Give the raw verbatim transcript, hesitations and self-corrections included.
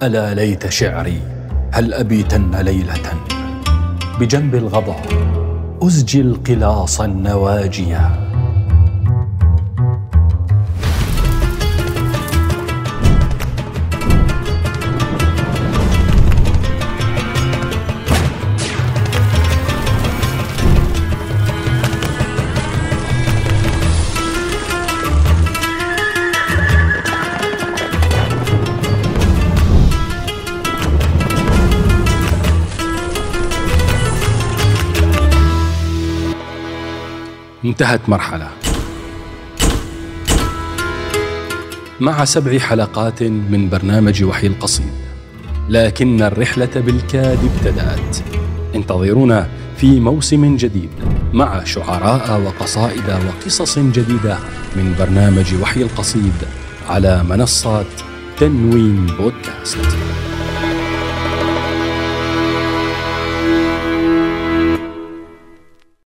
ألا ليت شعري هل أبيتن ليلة بجنب الغضا أزجي القلاص النواجيا. انتهت مرحلة مع سبع حلقات من برنامج وحي القصيد، لكن الرحلة بالكاد ابتدأت. انتظرونا في موسم جديد مع شعراء وقصائد وقصص جديدة من برنامج وحي القصيد على منصات تنوين بودكاست.